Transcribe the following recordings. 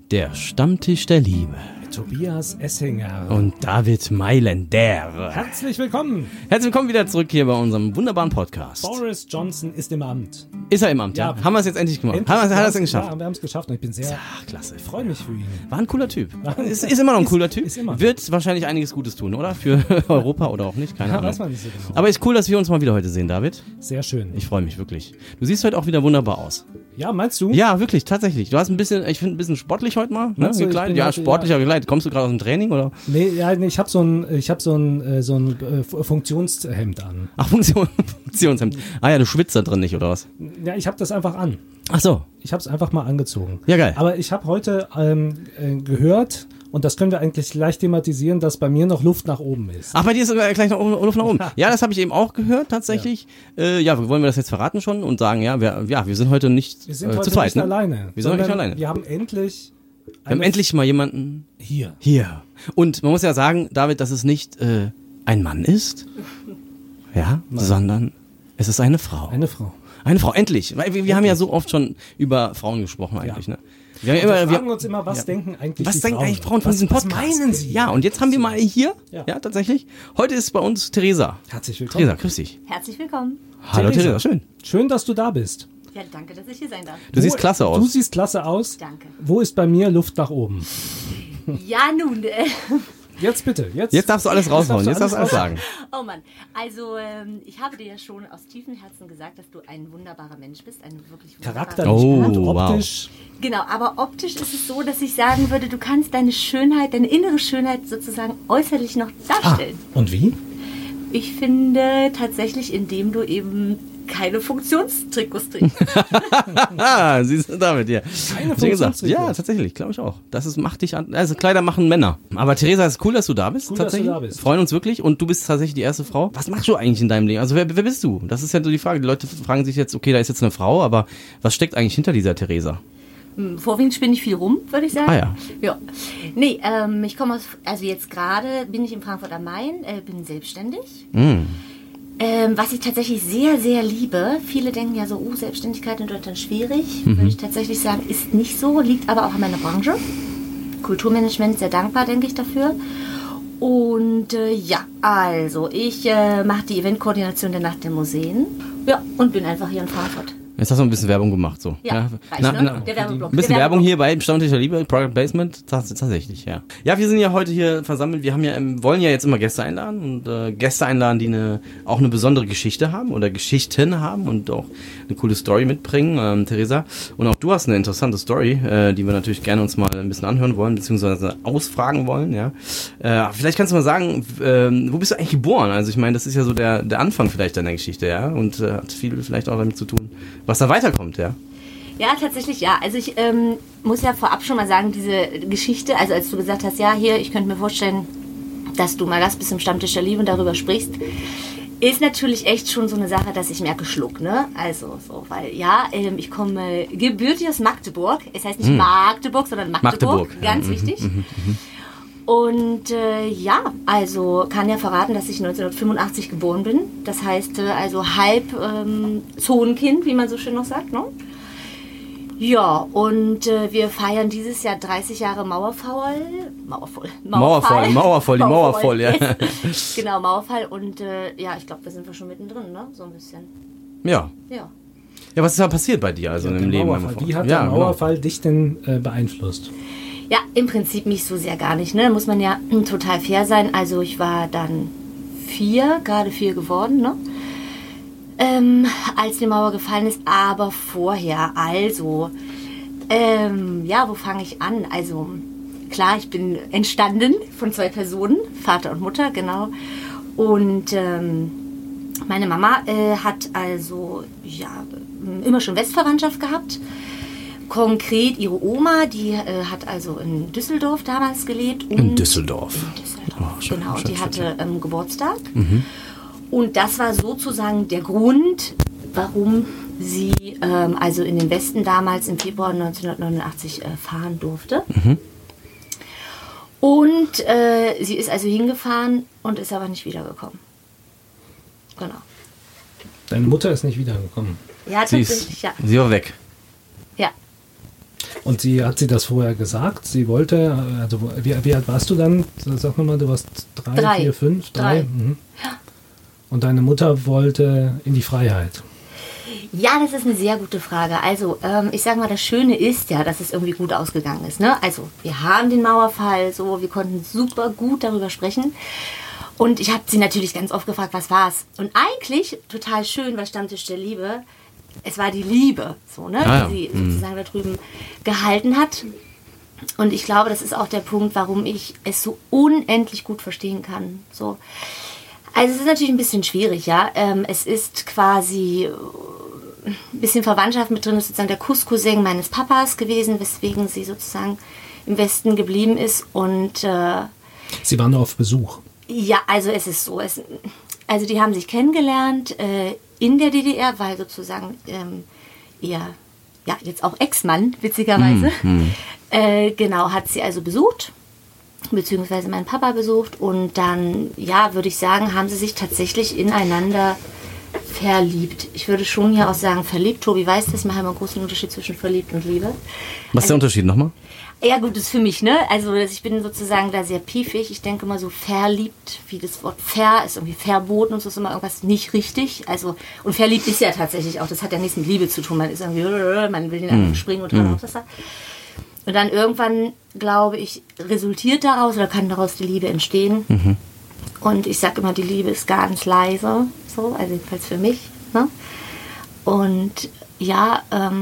Der Stammtisch der Liebe. Tobias Essinger. Und David Mailänder. Herzlich willkommen. Herzlich willkommen wieder zurück hier bei unserem wunderbaren Podcast. Boris Johnson ist im Amt. Ist er im Amt, ja? Haben wir es jetzt endlich gemacht? Hat er es geschafft? Ja, wir haben es geschafft und ich bin sehr... klasse. Ich freue mich für ihn. War ein cooler Typ. Ist immer noch ein cooler Typ. Ist immer. Wird wahrscheinlich einiges Gutes tun, oder? Für Europa oder auch nicht, keine Ahnung. Weiß man nicht so genau. Aber ist cool, dass wir uns mal wieder heute sehen, David. Sehr schön. Ich freue mich wirklich. Du siehst heute auch wieder wunderbar aus. Ja, meinst du? Ja, wirklich, tatsächlich. Du hast ich finde ein bisschen sportlich heute mal, ne? Du, Gekleidet. Ja, sportlicher gekleidet. Kommst du gerade aus dem Training, oder? Nee, ich habe so ein Funktionshemd an. Ach, Funktionshemd. Ah ja, du schwitzt da drin nicht, oder was? Ja, ich habe das einfach an. Ach so. Ich habe es einfach mal angezogen. Ja, geil. Aber ich habe heute gehört, und das können wir eigentlich gleich thematisieren, dass bei mir noch Luft nach oben ist. Ach, bei dir ist sogar gleich noch Luft nach oben. Ja, das habe ich eben auch gehört, tatsächlich. Wollen wir das jetzt verraten schon und sagen, wir sind heute nicht wir sind heute zu zweit, nicht ne? alleine. Wir sind heute nicht alleine. Wir haben endlich mal jemanden hier. Und man muss ja sagen, David, dass es nicht ein Mann ist, ja, sondern es ist eine Frau. Eine Frau. Eine Frau, endlich. Weil wir haben ja so oft schon über Frauen gesprochen eigentlich, Ja. ne? Wir fragen uns immer, was denken eigentlich was die denken Frauen? eigentlich Frauen von diesem Podcast? Was meinen sie? Ja, und jetzt haben wir mal hier, Ja. tatsächlich, heute ist bei uns Theresa. Herzlich willkommen. Theresa, grüß dich. Herzlich willkommen. Hallo Theresa, schön. Schön, dass du da bist. Ja, danke, dass ich hier sein darf. Du siehst klasse aus. Du siehst klasse aus. Danke. Wo ist bei mir Luft nach oben? Ja, nun, Jetzt bitte. Jetzt darfst du alles raushauen, jetzt darfst du alles sagen. oh Mann. Also, ich habe dir ja schon aus tiefem Herzen gesagt, dass du ein wunderbarer Mensch bist. Ein wirklich wunderbarer Charakterlich Oh, gut, wow. optisch. Genau, aber optisch ist es so, dass ich sagen würde, du kannst deine Schönheit, deine innere Schönheit sozusagen äußerlich noch darstellen. Und wie? Ich finde tatsächlich, indem du eben keine Funktionstrikots trägst. Ah, siehst du damit, ja. Keine Hab ich gesagt. Funktionstrikots. Ja, tatsächlich, glaube ich auch. Macht dich an, also Kleider machen Männer. Aber Theresa, es ist cool, dass du da bist. Cool, dass du tatsächlich. da bist. Freuen uns wirklich und du bist tatsächlich die erste Frau. Was machst du eigentlich in deinem Leben? Also wer bist du? Das ist ja so die Frage. Die Leute fragen sich jetzt, okay, da ist jetzt eine Frau, aber was steckt eigentlich hinter dieser Theresa? Vorwiegend spinne ich viel rum, würde ich sagen. Ah ja. Ja. Nee, ich komme also jetzt gerade bin ich in Frankfurt am Main, bin selbstständig. Was ich tatsächlich sehr, sehr liebe. Viele denken ja so, Selbstständigkeit in Deutschland schwierig. Würde ich tatsächlich sagen, ist nicht so, liegt aber auch an meiner Branche. Kulturmanagement, sehr dankbar, denke ich, dafür. Und also ich mache die Eventkoordination der Nacht der Museen. Ja, und bin einfach hier in Frankfurt. Jetzt hast du ein bisschen Werbung gemacht, so. Ja, reicht, ne? Der Werbeblock. Ein bisschen Der Werbung Werbeblock. hier bei Stammtisch der Liebe, Product Placement, tatsächlich, ja. Ja, wir sind ja heute hier versammelt, wir haben wollen ja jetzt immer Gäste einladen und Gäste einladen, die auch eine besondere Geschichte haben oder Geschichten haben und auch eine coole Story mitbringen, Theresa. Und auch du hast eine interessante Story, die wir natürlich gerne uns mal ein bisschen anhören wollen, beziehungsweise ausfragen wollen, ja. Vielleicht kannst du mal sagen, wo bist du eigentlich geboren? Also ich meine, das ist ja so der Anfang vielleicht deiner Geschichte, ja, und hat viel vielleicht auch damit zu tun, was da weiterkommt, ja? Ja, tatsächlich ja. Also ich muss ja vorab schon mal sagen, diese Geschichte, also als du gesagt hast, ja, hier, ich könnte mir vorstellen, dass du mal Gast bist im Stammtisch der Liebe und darüber sprichst, ist natürlich echt schon so eine Sache, dass ich merke, Schluck, ne? Also so, weil ich komme gebürtig aus Magdeburg. Es heißt nicht Magdeburg, sondern Magdeburg. Ganz wichtig. Und also kann ja verraten, dass ich 1985 geboren bin. Das heißt, also halb Zonenkind, wie man so schön noch sagt, ne? Ja, und wir feiern dieses Jahr 30 Jahre Mauerfall, die Mauerfall, ja. Yes. Genau, Mauerfall und ich glaube, da sind wir schon mittendrin, ne? So ein bisschen. Ja. Ja. Ja, was ist da passiert bei dir, also im Leben? Wie hat der Mauerfall dich denn beeinflusst? Ja, im Prinzip nicht so sehr gar nicht, ne? Da muss man ja total fair sein. Also ich war dann gerade 4 geworden, ne? Als die Mauer gefallen ist, aber vorher, also, wo fange ich an? Also, klar, ich bin entstanden von 2 Personen, Vater und Mutter, genau. Und meine Mama hat also, immer schon Westverwandtschaft gehabt. Konkret ihre Oma, die hat also in Düsseldorf damals gelebt. In Düsseldorf. Oh, schön, genau, schön, die hatte Geburtstag. Und das war sozusagen der Grund, warum sie also in den Westen damals im Februar 1989 fahren durfte. Und sie ist also hingefahren und ist aber nicht wiedergekommen. Genau. Deine Mutter ist nicht wiedergekommen? Ja, tatsächlich, ja. Sie war weg. Ja. Und hat sie das vorher gesagt? Sie wollte, also wie alt warst du dann? Sag mal, du warst 3, 4, 5? 3. Mhm. Ja. Und deine Mutter wollte in die Freiheit. Ja, das ist eine sehr gute Frage. Also, ich sag mal, das Schöne ist ja, dass es irgendwie gut ausgegangen ist. Ne? Also, wir haben den Mauerfall, so, wir konnten super gut darüber sprechen. Und ich habe sie natürlich ganz oft gefragt, was war's? Und eigentlich total schön, weil Stammtisch der Liebe, es war die Liebe, so, ne, die sie sozusagen da drüben gehalten hat. Und ich glaube, das ist auch der Punkt, warum ich es so unendlich gut verstehen kann. So. Also es ist natürlich ein bisschen schwierig, ja. Es ist quasi ein bisschen Verwandtschaft mit drin, ist sozusagen der Cousin meines Papas gewesen, weswegen sie sozusagen im Westen geblieben ist. Und sie waren nur auf Besuch. Ja, also es ist so. Also die haben sich kennengelernt in der DDR, weil sozusagen ihr, ja, jetzt auch Ex-Mann, witzigerweise, genau, hat sie also besucht, beziehungsweise meinen Papa besucht. Und dann, ja, würde ich sagen, haben sie sich tatsächlich ineinander verliebt. Ich würde schon hier auch sagen verliebt. Tobi weiß das, wir haben einen großen Unterschied zwischen verliebt und Liebe. Was ist der Unterschied nochmal? Ja gut, das ist für mich, ne? Also ich bin sozusagen da sehr piefig. Ich denke immer so verliebt, wie das Wort ver ist irgendwie verboten und so ist immer irgendwas nicht richtig. Also, und verliebt ist ja tatsächlich auch, das hat ja nichts mit Liebe zu tun. Man ist irgendwie, man will den anderen springen und hören auf das da. Und dann irgendwann, glaube ich, resultiert daraus oder kann daraus die Liebe entstehen. Und ich sage immer, die Liebe ist ganz leise, so, also jedenfalls für mich. Ne? Und ja,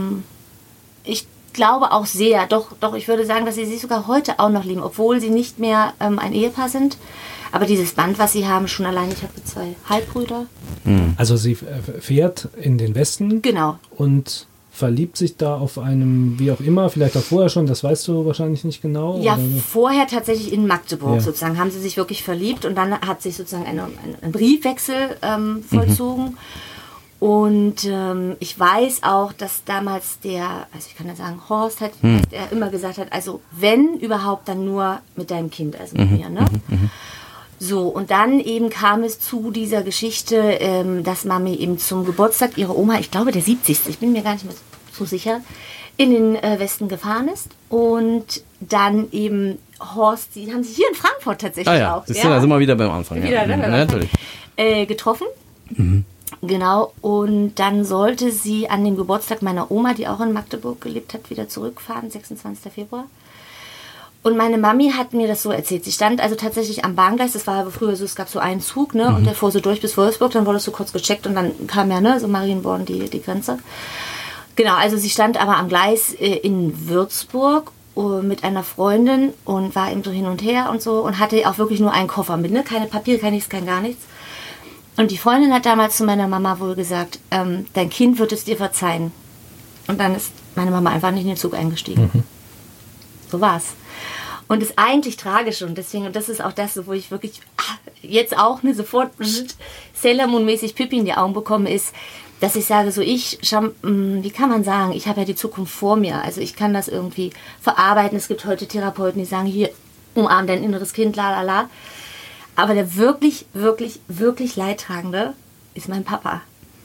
ich glaube auch sehr, doch, ich würde sagen, dass sie sich sogar heute auch noch lieben, obwohl sie nicht mehr ein Ehepaar sind. Aber dieses Band, was sie haben, schon allein, ich habe 2 Halbbrüder. Also sie fährt in den Westen. Genau. Und verliebt sich da auf einem, wie auch immer, vielleicht auch vorher schon, das weißt du wahrscheinlich nicht genau. Ja, oder? Vorher tatsächlich in Magdeburg sozusagen, haben sie sich wirklich verliebt und dann hat sich sozusagen ein Briefwechsel vollzogen. Und ich weiß auch, dass damals also ich kann ja sagen, Horst hat er immer gesagt hat, also wenn überhaupt, dann nur mit deinem Kind, also mit mir, ne? So, und dann eben kam es zu dieser Geschichte, dass Mami eben zum Geburtstag ihrer Oma, ich glaube der 70. Ich bin mir gar nicht mehr so sicher, in den Westen gefahren ist. Und dann eben Horst, die haben sich hier in Frankfurt tatsächlich auch. Das sind also immer wieder beim Anfang. Wieder, ja, natürlich. Getroffen. Genau, und dann sollte sie an dem Geburtstag meiner Oma, die auch in Magdeburg gelebt hat, wieder zurückfahren, 26. Februar. Und meine Mami hat mir das so erzählt. Sie stand also tatsächlich am Bahngleis, das war aber früher so, es gab so einen Zug, ne, und der fuhr so durch bis Wolfsburg, dann wurde es so kurz gecheckt und dann kam ja, ne, so Marienborn die Grenze. Genau, also sie stand aber am Gleis in Würzburg mit einer Freundin und war eben so hin und her und so und hatte auch wirklich nur einen Koffer mit, ne, keine Papiere, kein nichts, kein gar nichts. Und die Freundin hat damals zu meiner Mama wohl gesagt, dein Kind wird es dir verzeihen. Und dann ist meine Mama einfach nicht in den Zug eingestiegen. So war's. Und das eigentlich Tragische und deswegen, und das ist auch das, wo ich wirklich jetzt auch sofort Sailor Moon-mäßig Pippi in die Augen bekomme, ist, dass ich sage, so wie kann man sagen, ich habe ja die Zukunft vor mir, also ich kann das irgendwie verarbeiten. Es gibt heute Therapeuten, die sagen, hier, umarm dein inneres Kind, la la la. Aber der wirklich, wirklich, wirklich Leidtragende ist mein Papa.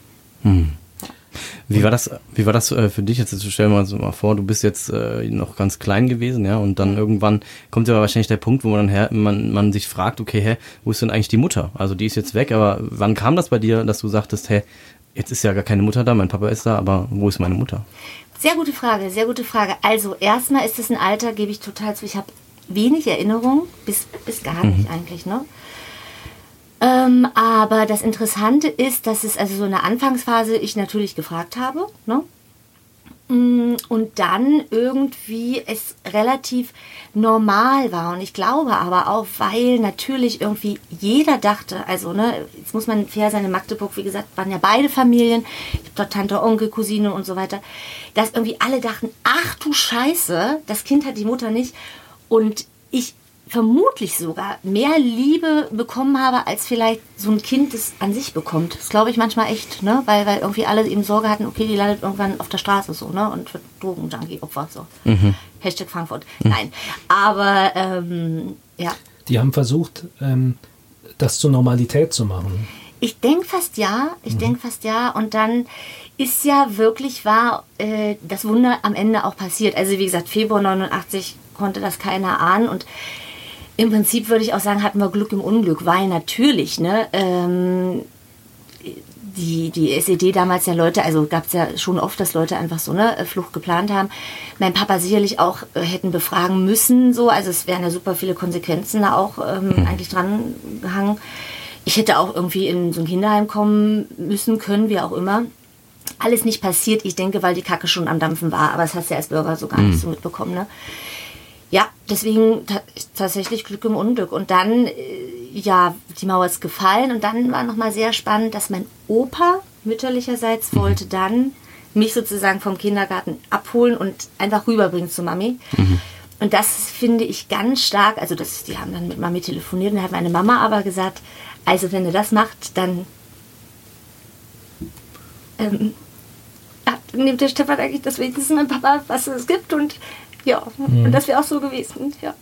Wie war das für dich? Jetzt stell dir mal vor, du bist jetzt noch ganz klein gewesen, ja, und dann irgendwann kommt ja wahrscheinlich der Punkt, wo man sich fragt, okay, wo ist denn eigentlich die Mutter? Also die ist jetzt weg, aber wann kam das bei dir, dass du sagtest, jetzt ist ja gar keine Mutter da, mein Papa ist da, aber wo ist meine Mutter? Sehr gute Frage, sehr gute Frage. Also erstmal ist es ein Alter, gebe ich total zu, ich habe wenig Erinnerung, bis gar nicht eigentlich, ne? Aber das Interessante ist, dass es also so in der Anfangsphase ich natürlich gefragt habe, ne? Und dann irgendwie es relativ normal war. Und ich glaube aber auch, weil natürlich irgendwie jeder dachte, also ne, jetzt muss man fair sein, in Magdeburg, wie gesagt, waren ja beide Familien, ich habe dort Tante, Onkel, Cousine und so weiter, dass irgendwie alle dachten, ach du Scheiße, das Kind hat die Mutter nicht. Und ich vermutlich sogar mehr Liebe bekommen habe, als vielleicht so ein Kind es an sich bekommt. Das glaube ich manchmal echt, ne? Weil irgendwie alle eben Sorge hatten, okay, die landet irgendwann auf der Straße so, ne? Und wird Drogenjunkie-Opfer, so. Hashtag Frankfurt. Nein, aber, ja. Die haben versucht, das zur Normalität zu machen. Ich denke fast ja. Und dann ist ja wirklich das Wunder am Ende auch passiert. Also wie gesagt, Februar 89 konnte das keiner ahnen. Und im Prinzip würde ich auch sagen, hatten wir Glück im Unglück. Weil natürlich, ne, die SED damals ja Leute, also gab es ja schon oft, dass Leute einfach so eine Flucht geplant haben. Mein Papa sicherlich auch hätten befragen müssen. So. Also es wären ja super viele Konsequenzen da auch eigentlich dran gehangen. Ich hätte auch irgendwie in so ein Kinderheim kommen müssen können, wie auch immer. Alles nicht passiert, ich denke, weil die Kacke schon am Dampfen war. Aber das hast du ja als Bürger so gar nicht so mitbekommen. Ne? Ja, deswegen tatsächlich Glück im Unglück. Und dann, die Mauer ist gefallen. Und dann war nochmal sehr spannend, dass mein Opa mütterlicherseits wollte dann mich sozusagen vom Kindergarten abholen und einfach rüberbringen zu Mami. Und das finde ich ganz stark. Also die haben dann mit Mami telefoniert und dann hat meine Mama aber gesagt, also wenn ihr das macht, dann nimmt der Stefan eigentlich das wenigstens mein Papa, was es gibt. Und ja, und das wäre auch so gewesen. Ja.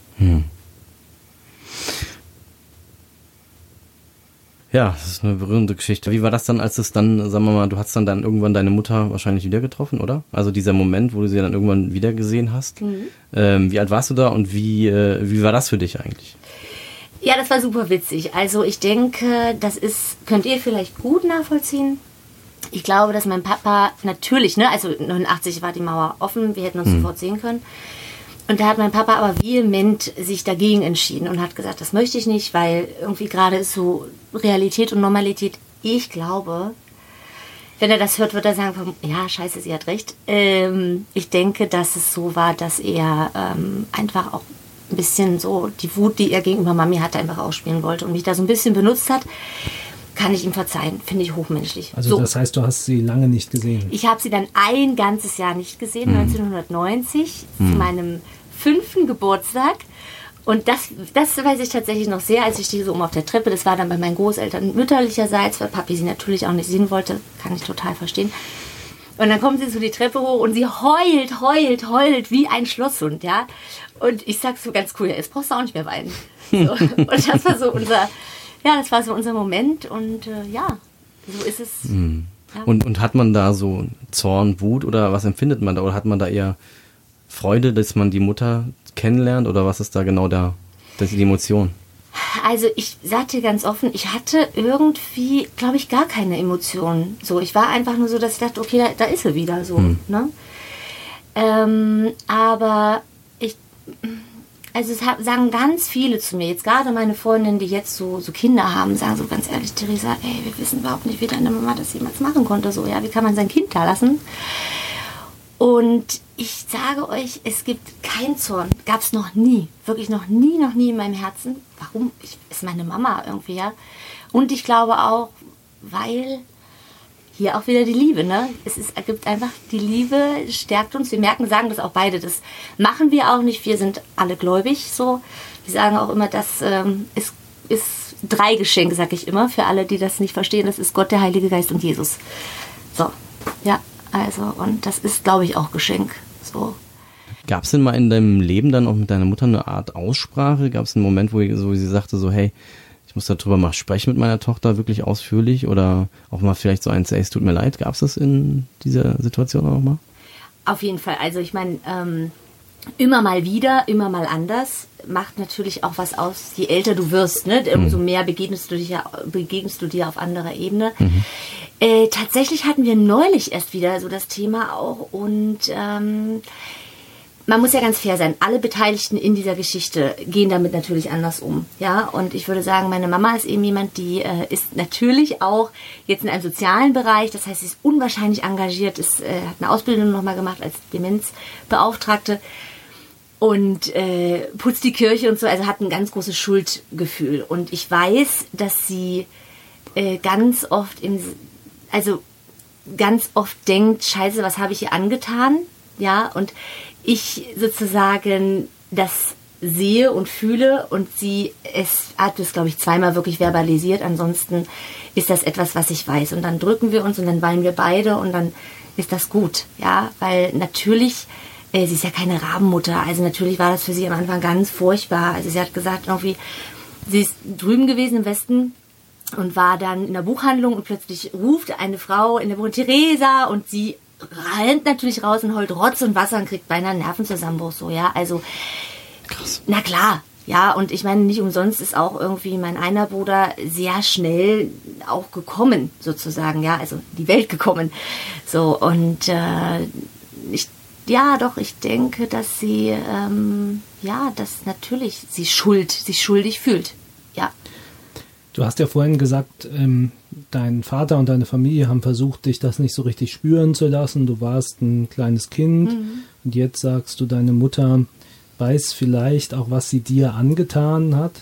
Ja, das ist eine berührende Geschichte. Wie war das dann, als es dann, sagen wir mal, du hast dann irgendwann deine Mutter wahrscheinlich wieder getroffen, oder? Also dieser Moment, wo du sie dann irgendwann wieder gesehen hast. Wie alt warst du da und wie war das für dich eigentlich? Ja, das war super witzig. Also ich denke, könnt ihr vielleicht gut nachvollziehen. Ich glaube, dass mein Papa natürlich, ne, also 89 war die Mauer offen, wir hätten uns sofort sehen können. Und da hat mein Papa aber vehement sich dagegen entschieden und hat gesagt, das möchte ich nicht, weil irgendwie gerade ist so Realität und Normalität. Ich glaube, wenn er das hört, wird er sagen, ja, scheiße, sie hat recht. Ich denke, dass es so war, dass er einfach auch ein bisschen so die Wut, die er gegenüber Mami hatte, einfach ausspielen wollte und mich da so ein bisschen benutzt hat. Kann ich ihm verzeihen, finde ich hochmenschlich. Also das heißt, du hast sie lange nicht gesehen? Ich habe sie dann ein ganzes Jahr nicht gesehen, 1990, zu meinem 5. Geburtstag. Und das weiß ich tatsächlich noch sehr, als ich stehe so oben auf der Treppe. Das war dann bei meinen Großeltern mütterlicherseits, weil Papi sie natürlich auch nicht sehen wollte. Kann ich total verstehen. Und dann kommt sie so die Treppe hoch und sie heult wie ein Schlosshund, ja. Und ich sag so ganz cool, ja, jetzt brauchst du auch nicht mehr weinen. So. Und das war so unser Moment und so ist es. Ja. Und hat man da so Zorn, Wut oder was empfindet man da? Oder hat man da eher Freude, dass man die Mutter kennenlernt oder was ist da genau das ist die Emotion? Also ich sag dir ganz offen, ich hatte irgendwie, glaube ich, gar keine Emotionen. So, ich war einfach nur so, dass ich dachte, okay, da ist sie wieder so. Ne? Aber es sagen ganz viele zu mir, jetzt gerade meine Freundinnen, die jetzt so Kinder haben, sagen so ganz ehrlich, Theresa, ey, wir wissen überhaupt nicht, wie deine Mama das jemals machen konnte. So, ja, wie kann man sein Kind da lassen? Und ich sage euch, es gibt keinen Zorn. Gab es noch nie. Wirklich noch nie in meinem Herzen. Warum? Ist meine Mama irgendwie, ja. Und ich glaube auch, weil hier auch wieder die Liebe, ne? Es gibt einfach, die Liebe stärkt uns. Wir sagen das auch beide. Das machen wir auch nicht. Wir sind alle gläubig, so. Wir sagen auch immer, das ist 3 Geschenke, sag ich immer. Für alle, die das nicht verstehen. Das ist Gott, der Heilige Geist und Jesus. So, ja. Also, und das ist, glaube ich, auch Geschenk. So. Gab es denn mal in deinem Leben dann auch mit deiner Mutter eine Art Aussprache? Gab es einen Moment, wo sie sagte so, hey, ich muss darüber mal sprechen mit meiner Tochter, wirklich ausführlich? Oder auch mal vielleicht so ein, hey, es tut mir leid. Gab es das in dieser Situation auch mal? Auf jeden Fall. Also ich meine, immer mal wieder, immer mal anders. Macht natürlich auch was aus, je älter du wirst, ne? Umso mehr begegnest du dir auf anderer Ebene. Tatsächlich hatten wir neulich erst wieder so das Thema auch und man muss ja ganz fair sein, alle Beteiligten in dieser Geschichte gehen damit natürlich anders um, ja, und ich würde sagen, meine Mama ist eben jemand, die ist natürlich auch jetzt in einem sozialen Bereich, das heißt, sie ist unwahrscheinlich engagiert, hat eine Ausbildung nochmal gemacht als Demenzbeauftragte und putzt die Kirche und so, also hat ein ganz großes Schuldgefühl und ich weiß, dass sie ganz oft denkt, scheiße, was habe ich ihr angetan, ja, und ich sozusagen das sehe und fühle und sie hat es, glaube ich, 2-mal wirklich verbalisiert, ansonsten ist das etwas, was ich weiß und dann drücken wir uns und dann weinen wir beide und dann ist das gut, ja, weil natürlich, sie ist ja keine Rabenmutter, also natürlich war das für sie am Anfang ganz furchtbar, also sie hat gesagt, irgendwie, sie ist drüben gewesen im Westen, und war dann in der Buchhandlung und plötzlich ruft eine Frau in der Buchhandlung Theresa und sie rennt natürlich raus und heult Rotz und Wasser und kriegt beinahe einen Nervenzusammenbruch, so, ja, also, krass. Na klar, ja, und ich meine, nicht umsonst ist auch irgendwie mein einer Bruder sehr schnell auch gekommen, sozusagen, ja, also die Welt gekommen, so, und ich denke, dass sie, dass natürlich sie sich schuldig fühlt, ja. Du hast ja vorhin gesagt, dein Vater und deine Familie haben versucht, dich das nicht so richtig spüren zu lassen. Du warst ein kleines Kind und jetzt sagst du, deine Mutter weiß vielleicht auch, was sie dir angetan hat.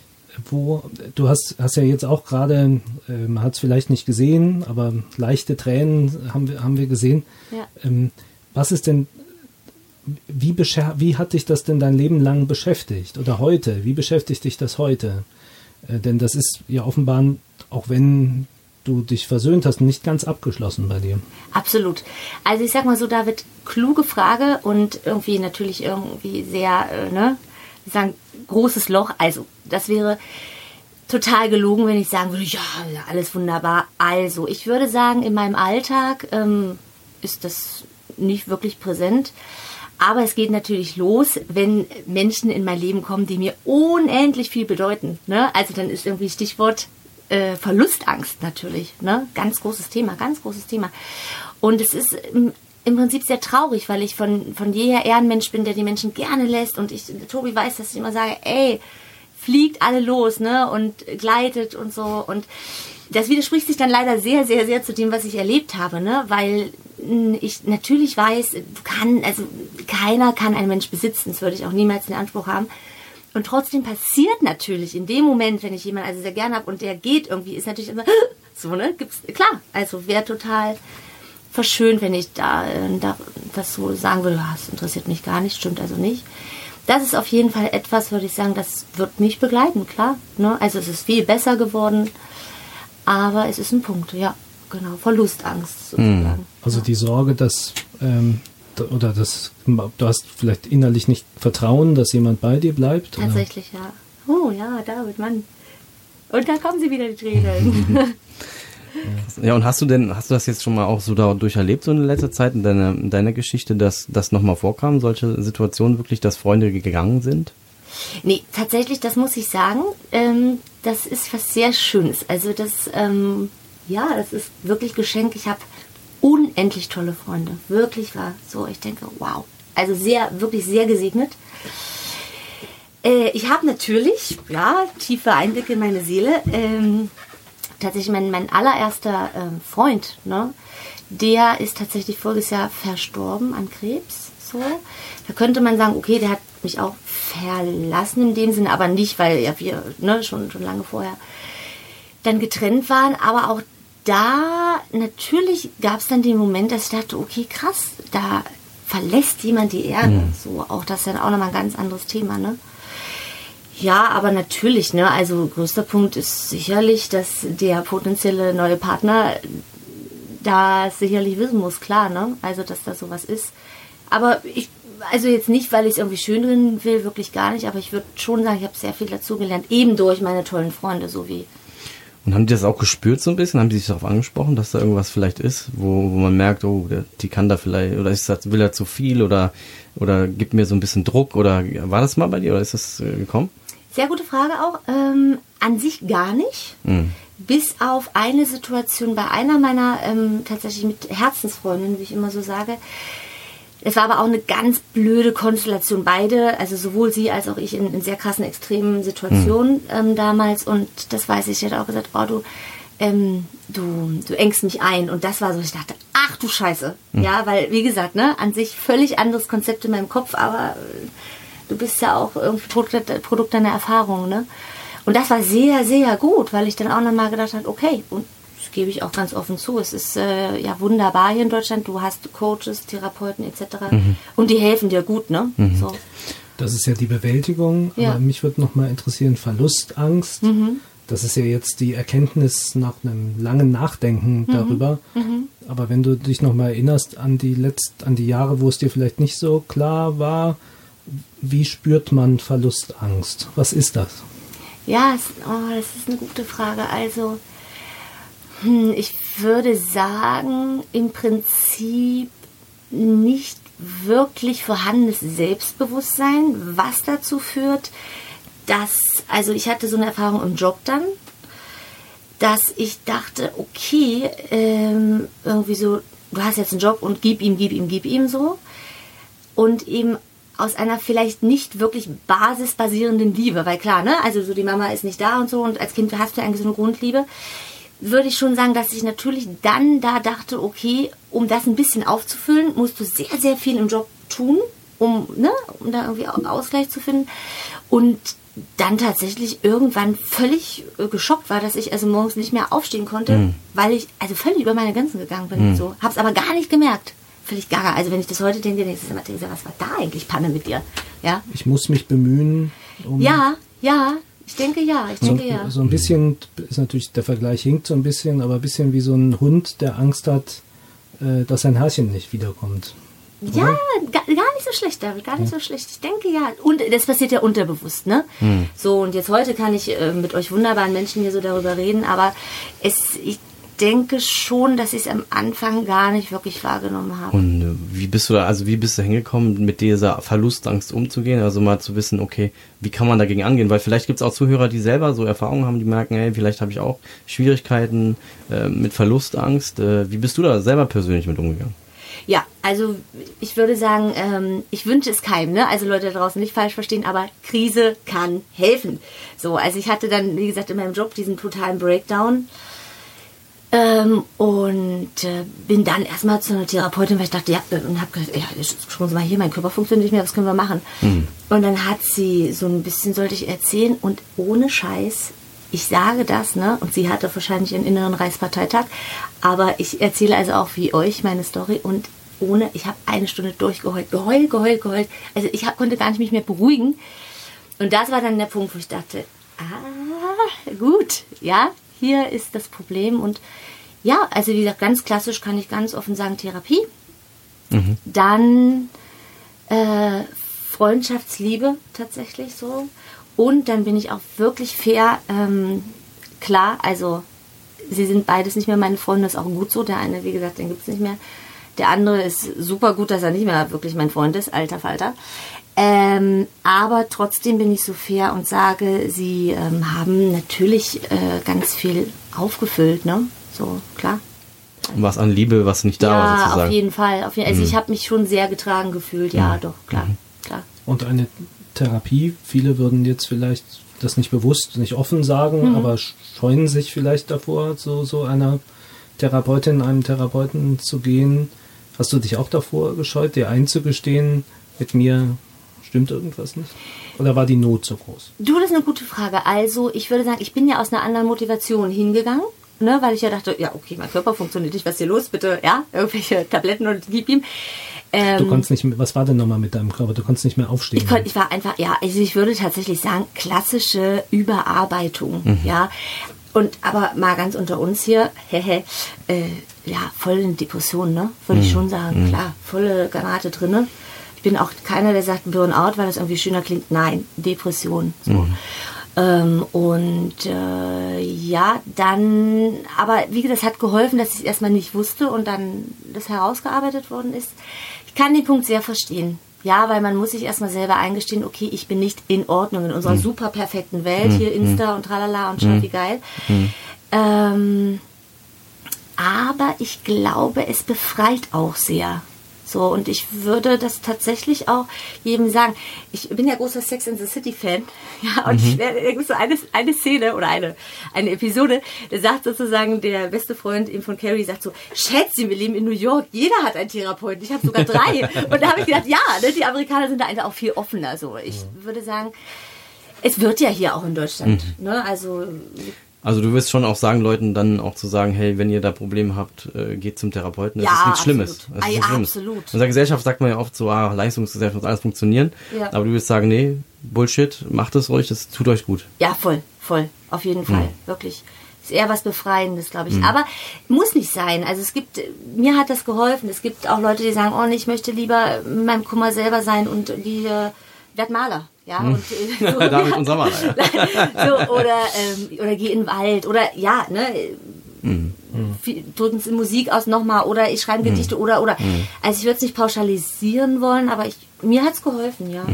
Du hast ja jetzt auch gerade, man hat es vielleicht nicht gesehen, aber leichte Tränen haben wir gesehen. Ja. Was ist denn, wie hat dich das denn dein Leben lang beschäftigt? Oder heute? Wie beschäftigt dich das heute? Denn das ist ja offenbar, auch wenn du dich versöhnt hast, nicht ganz abgeschlossen bei dir. Absolut. Also ich sag mal so, David, kluge Frage und irgendwie natürlich sehr, sagen, großes Loch. Also das wäre total gelogen, wenn ich sagen würde, ja, alles wunderbar. Also ich würde sagen, in meinem Alltag ist das nicht wirklich präsent. Aber es geht natürlich los, wenn Menschen in mein Leben kommen, die mir unendlich viel bedeuten. Ne? Also dann ist irgendwie Stichwort Verlustangst natürlich. Ne? Ganz großes Thema. Und es ist im Prinzip sehr traurig, weil ich von jeher eher ein Mensch bin, der die Menschen gerne lässt. Und Tobi weiß, dass ich immer sage, ey, fliegt alle los, ne? Und gleitet und so. Und das widerspricht sich dann leider sehr, sehr, sehr zu dem, was ich erlebt habe, ne? Weil ich natürlich weiß, keiner kann einen Mensch besitzen, das würde ich auch niemals in Anspruch haben. Und trotzdem passiert natürlich in dem Moment, wenn ich jemanden also sehr gerne habe und der geht irgendwie, ist natürlich immer so, ne? Klar, also wäre total verschönt, wenn ich da das so sagen würde, das interessiert mich gar nicht, stimmt also nicht. Das ist auf jeden Fall etwas, würde ich sagen, das wird mich begleiten, klar. Ne? Also es ist viel besser geworden, aber es ist ein Punkt, ja. Genau, Verlustangst sozusagen. Also die Sorge, dass du hast vielleicht innerlich nicht Vertrauen, dass jemand bei dir bleibt? Tatsächlich, oder? Ja. Oh ja, David, Mann. Und da kommen sie wieder, die Tränen. Ja, und hast du das jetzt schon mal auch so dadurch erlebt, so in letzter Zeit in deiner Geschichte, dass das nochmal vorkam, solche Situationen wirklich, dass Freunde gegangen sind? Nee, tatsächlich, das muss ich sagen, das ist was sehr Schönes. Also das ist wirklich Geschenk. Ich habe unendlich tolle Freunde. Wirklich war so, ich denke, wow. Also wirklich sehr gesegnet. Ich habe natürlich, tiefe Einblicke in meine Seele. Tatsächlich mein allererster Freund, ne, der ist tatsächlich voriges Jahr verstorben an Krebs. So. Da könnte man sagen, okay, der hat mich auch verlassen in dem Sinne, aber nicht, weil wir schon lange vorher dann getrennt waren. Aber auch da natürlich gab es dann den Moment, dass ich dachte, okay, krass, da verlässt jemand die Erde. So, auch das ist dann auch nochmal ein ganz anderes Thema, ne? Ja, aber natürlich, ne, also größter Punkt ist sicherlich, dass der potenzielle neue Partner da sicherlich wissen muss, klar, ne, also dass da sowas ist. Aber also jetzt nicht, weil ich es irgendwie schön drin will, wirklich gar nicht, aber ich würde schon sagen, ich habe sehr viel dazugelernt, eben durch meine tollen Freunde, so wie. Und haben die das auch gespürt so ein bisschen? Haben die sich darauf angesprochen, dass da irgendwas vielleicht ist, wo man merkt, oh, die kann da vielleicht, oder will er zu viel oder gibt mir so ein bisschen Druck, oder war das mal bei dir oder ist das gekommen? Sehr gute Frage auch. An sich gar nicht. Bis auf eine Situation bei einer meiner tatsächlich mit Herzensfreundinnen, wie ich immer so sage. Es war aber auch eine ganz blöde Konstellation. Beide, also sowohl sie als auch ich in sehr krassen, extremen Situationen damals. Und das weiß ich, sie hat auch gesagt, oh, du engst mich ein. Und das war so, ich dachte, ach du Scheiße. Ja, weil, wie gesagt, ne, an sich völlig anderes Konzept in meinem Kopf, aber du bist ja auch irgendwie Produkt deiner Erfahrung, ne? Und das war sehr, sehr gut, weil ich dann auch nochmal gedacht habe, okay, und das gebe ich auch ganz offen zu, es ist wunderbar hier in Deutschland, du hast Coaches, Therapeuten etc. Und die helfen dir gut, ne? So. Das ist ja die Bewältigung, aber mich würde nochmal interessieren, Verlustangst, das ist ja jetzt die Erkenntnis nach einem langen Nachdenken darüber, aber wenn du dich nochmal erinnerst an die Jahre, wo es dir vielleicht nicht so klar war, wie spürt man Verlustangst? Was ist das? Ja, das ist eine gute Frage. Also, ich würde sagen, im Prinzip nicht wirklich vorhandenes Selbstbewusstsein, was dazu führt, also ich hatte so eine Erfahrung im Job dann, dass ich dachte, okay, irgendwie so, du hast jetzt einen Job und gib ihm so. Und eben aus einer vielleicht nicht wirklich basisbasierenden Liebe, weil klar, ne, also so die Mama ist nicht da und so und als Kind hast du eigentlich so eine Grundliebe, würde ich schon sagen, dass ich natürlich dann da dachte, okay, um das ein bisschen aufzufüllen, musst du sehr, sehr viel im Job tun, um da irgendwie Ausgleich zu finden. Und dann tatsächlich irgendwann völlig geschockt war, dass ich also morgens nicht mehr aufstehen konnte, weil ich also völlig über meine Grenzen gegangen bin. So, hab's aber gar nicht gemerkt. Völlig gaga. Also wenn ich das heute denke, denke ich immer, was war da eigentlich Panne mit dir? Ja? Ich muss mich bemühen. Ich denke ja. So ein bisschen ist natürlich, der Vergleich hinkt so ein bisschen, aber ein bisschen wie so ein Hund, der Angst hat, dass sein Herrchen nicht wiederkommt. Ja, gar nicht so schlecht, David, gar nicht so schlecht. Ich denke ja. Und das passiert ja unterbewusst, ne? So, und jetzt heute kann ich mit euch wunderbaren Menschen hier so darüber reden, aber ich denke schon, dass ich es am Anfang gar nicht wirklich wahrgenommen habe. Und wie bist du hingekommen, mit dieser Verlustangst umzugehen? Also mal zu wissen, okay, wie kann man dagegen angehen? Weil vielleicht gibt es auch Zuhörer, die selber so Erfahrungen haben, die merken, hey, vielleicht habe ich auch Schwierigkeiten mit Verlustangst. Wie bist du da selber persönlich mit umgegangen? Ja, also ich würde sagen, ich wünsche es keinem, ne? Also Leute da draußen nicht falsch verstehen, aber Krise kann helfen. So, also ich hatte dann, wie gesagt, in meinem Job diesen totalen Breakdown und bin dann erstmal zu einer Therapeutin, weil ich dachte, und habe gesagt, schauen Sie mal hier, mein Körper funktioniert nicht mehr, was können wir machen? Und dann hat sie so ein bisschen, sollte ich erzählen, und ohne Scheiß, ich sage das, ne, und sie hatte wahrscheinlich einen inneren Reichsparteitag, aber ich erzähle also auch wie euch meine Story und ich habe eine Stunde durchgeheult, geheult. Also ich konnte gar nicht mich mehr beruhigen. Und das war dann der Punkt, wo ich dachte, gut, ja, hier ist das Problem. Und ja, also wie gesagt, ganz klassisch kann ich ganz offen sagen, Therapie. Dann Freundschaftsliebe tatsächlich so. Und dann bin ich auch wirklich fair, klar, also sie sind beides nicht mehr meine Freunde, das ist auch gut so. Der eine, wie gesagt, den gibt es nicht mehr. Der andere ist super gut, dass er nicht mehr wirklich mein Freund ist, alter Falter. Aber trotzdem bin ich so fair und sage, sie haben natürlich ganz viel aufgefüllt, ne? So, klar. Was an Liebe, was nicht da war, sozusagen. Ja, auf jeden Fall. Also ich habe mich schon sehr getragen gefühlt, ja, doch, klar. Und eine Therapie, viele würden jetzt vielleicht das nicht bewusst, nicht offen sagen, aber scheuen sich vielleicht davor, zu so einer Therapeutin, einem Therapeuten zu gehen. Hast du dich auch davor gescheut, dir einzugestehen, mit mir stimmt irgendwas nicht? Oder war die Not so groß? Du, das ist eine gute Frage. Also ich würde sagen, ich bin ja aus einer anderen Motivation hingegangen, ne, weil ich ja dachte, ja okay, mein Körper funktioniert nicht, was ist hier los, bitte, ja, irgendwelche Tabletten und gib ihm. Du konntest nicht mehr, was war denn nochmal mit deinem Körper? Du konntest nicht mehr aufstehen. Ich war einfach, also ich würde tatsächlich sagen, klassische Überarbeitung, ja. Aber mal ganz unter uns hier, voll in Depression, ne? Würde ich schon sagen, klar, volle Granate drinne. Ich bin auch keiner, der sagt Burnout, weil das irgendwie schöner klingt. Nein, Depression. So. Dann, aber wie gesagt, das hat geholfen, dass ich es erstmal nicht wusste und dann das herausgearbeitet worden ist. Ich kann den Punkt sehr verstehen. Ja, weil man muss sich erstmal selber eingestehen, okay, ich bin nicht in Ordnung in unserer super perfekten Welt, hier Insta und tralala und schau wie geil. Aber ich glaube, es befreit auch sehr. So, und ich würde das tatsächlich auch jedem sagen. Ich bin ja großer Sex and the City Fan. Ja, und ich werde so eine Szene oder eine Episode, da sagt sozusagen der beste Freund eben von Carrie, sagt so, Schätze, wir leben in New York, jeder hat einen Therapeuten, ich habe sogar 3. Und da habe ich gedacht, ja, ne, die Amerikaner sind da einfach auch viel offener. So, ich würde sagen, es wird ja hier auch in Deutschland, ne, Also du wirst schon auch sagen, Leuten dann auch zu sagen, hey, wenn ihr da Probleme habt, geht zum Therapeuten. Das ist nichts Schlimmes. Das ist nichts Schlimmes. Absolut. In unserer Gesellschaft sagt man ja oft so, Leistungsgesellschaft muss alles funktionieren. Ja. Aber du wirst sagen, nee, Bullshit, macht es ruhig, das tut euch gut. Ja, voll. Auf jeden Fall. Wirklich. Ist eher was Befreiendes, glaube ich. Aber muss nicht sein. Also mir hat das geholfen. Es gibt auch Leute, die sagen, oh, ich möchte lieber in meinem Kummer selber sein und die werd Maler. Ja, und so, David, unser Mann. Ja. so, oder geh in den Wald oder ja, ne? Drücken Sie Musik aus nochmal oder ich schreibe Gedichte oder. Also ich würde es nicht pauschalisieren wollen, aber mir hat es geholfen, ja.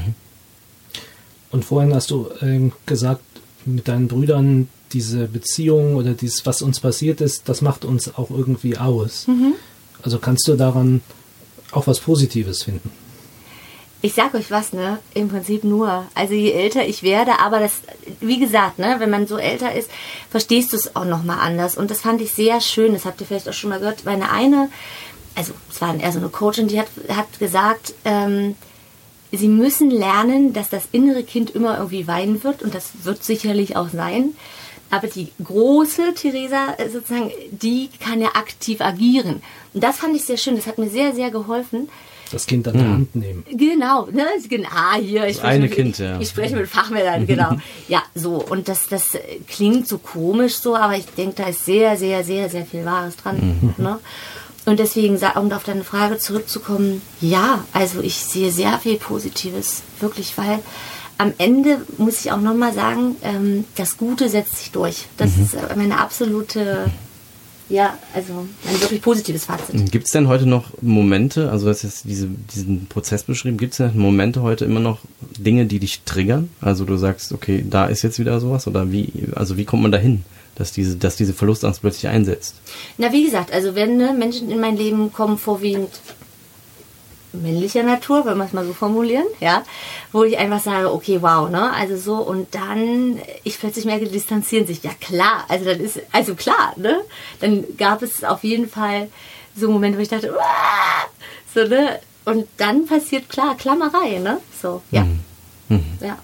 Und vorhin hast du gesagt, mit deinen Brüdern diese Beziehung oder dieses, was uns passiert ist, das macht uns auch irgendwie aus. Also kannst du daran auch was Positives finden? Ich sag euch was, ne? Im Prinzip nur. Also je älter ich werde, aber das, wie gesagt, ne, wenn man so älter ist, verstehst du es auch nochmal anders. Und das fand ich sehr schön. Das habt ihr vielleicht auch schon mal gehört. Meine also es war eher so eine Coachin, die hat gesagt, sie müssen lernen, dass das innere Kind immer irgendwie weinen wird. Und das wird sicherlich auch sein. Aber die große Theresa sozusagen, die kann ja aktiv agieren. Und das fand ich sehr schön. Das hat mir sehr, sehr geholfen. Das Kind an der Hand nehmen. Genau, ne? Hier, ich spreche mit Fachmännern, genau. Ja, so. Und das klingt so komisch so, aber ich denke, da ist sehr, sehr, sehr, sehr viel Wahres dran. Ne? Und deswegen, um auf deine Frage zurückzukommen, ja, also ich sehe sehr viel Positives, wirklich, weil am Ende muss ich auch nochmal sagen, das Gute setzt sich durch. Das ist meine absolute... Ja, also ein wirklich positives Fazit. Gibt es denn heute noch Momente, also du hast jetzt diesen Prozess beschrieben, gibt es denn Momente heute immer noch Dinge, die dich triggern? Also du sagst, okay, da ist jetzt wieder sowas oder wie kommt man dahin, dass diese Verlustangst plötzlich einsetzt? Na, wie gesagt, also wenn Menschen in mein Leben kommen, vorwiegend männlicher Natur, wenn wir es mal so formulieren, ja, wo ich einfach sage, okay, wow, ne, also so, und dann ich plötzlich merke, die distanzieren sich, ja klar, klar, ne, dann gab es auf jeden Fall so Momente, wo ich dachte, Uah! So, ne, und dann passiert, klar, Klammerei, ne, so, ja, ja.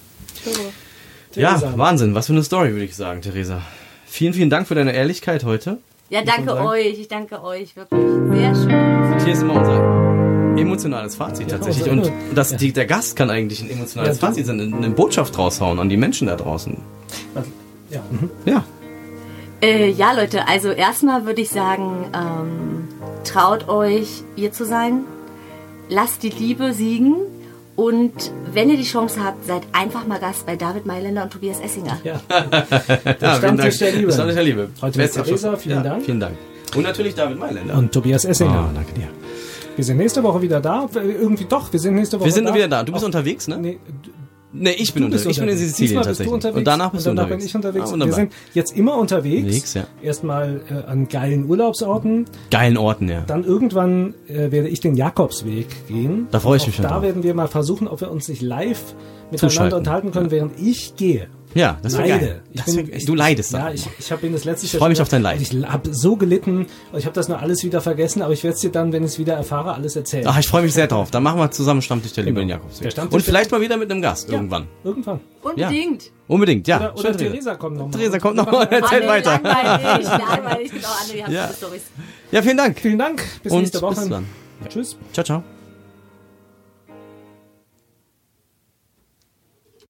So. Ja, Wahnsinn, was für eine Story, würde ich sagen, Theresa. Vielen, vielen Dank für deine Ehrlichkeit heute. Ja, danke euch, ich danke euch, wirklich, sehr schön. Und hier ist immer unser emotionales Fazit tatsächlich. Und der Gast kann eigentlich ein emotionales Fazit sein, eine Botschaft raushauen an die Menschen da draußen. Ja. Ja, Leute, also erstmal würde ich sagen, traut euch, ihr zu sein. Lasst die Liebe siegen. Und wenn ihr die Chance habt, seid einfach mal Gast bei David Mailänder und Tobias Essinger. Ja. Der Stammtisch der Liebe. Stammtisch der Liebe. Heute mit Theresa, vielen Dank. Vielen Dank. Und natürlich David Mailänder. Und Tobias Essinger. Oh, danke dir. Wir sind nächste Woche wieder da. Wir sind nächste Woche da. Wir sind wieder da. Du bist unterwegs, ne? Nee, ich bin unterwegs. Ich bin in Sizilien tatsächlich. Und danach bist du unterwegs. Bin ich unterwegs. Wir sind jetzt immer unterwegs. Ja. Erstmal an geilen Urlaubsorten. Geilen Orten, ja. Dann irgendwann werde ich den Jakobsweg gehen. Da freue ich mich schon drauf. Da werden wir mal versuchen, ob wir uns nicht live miteinander unterhalten können, während ich gehe. Ja, das wäre geil. Du leidest dann. Ja, ich bin das letzte. Ich freue mich auf dein Leid. Ich habe so gelitten und ich habe das nur alles wieder vergessen, aber ich werde es dir dann, wenn ich es wieder erfahre, alles erzählen. Ach, ich freue mich sehr drauf. Dann machen wir zusammen Stammtisch der Liebe in Jakobsweg. Und vielleicht mal wieder mit einem Gast irgendwann. Irgendwann. Unbedingt. Ja. Unbedingt, ja. Oder Theresa kommt noch mal. Theresa kommt noch mal und erzählt weiter. Langweilig. Genau, André, die haben viele Storys. Ja, vielen Dank. Vielen Dank. Bis nächste Woche. Bis dann. Tschüss. Ciao, ciao.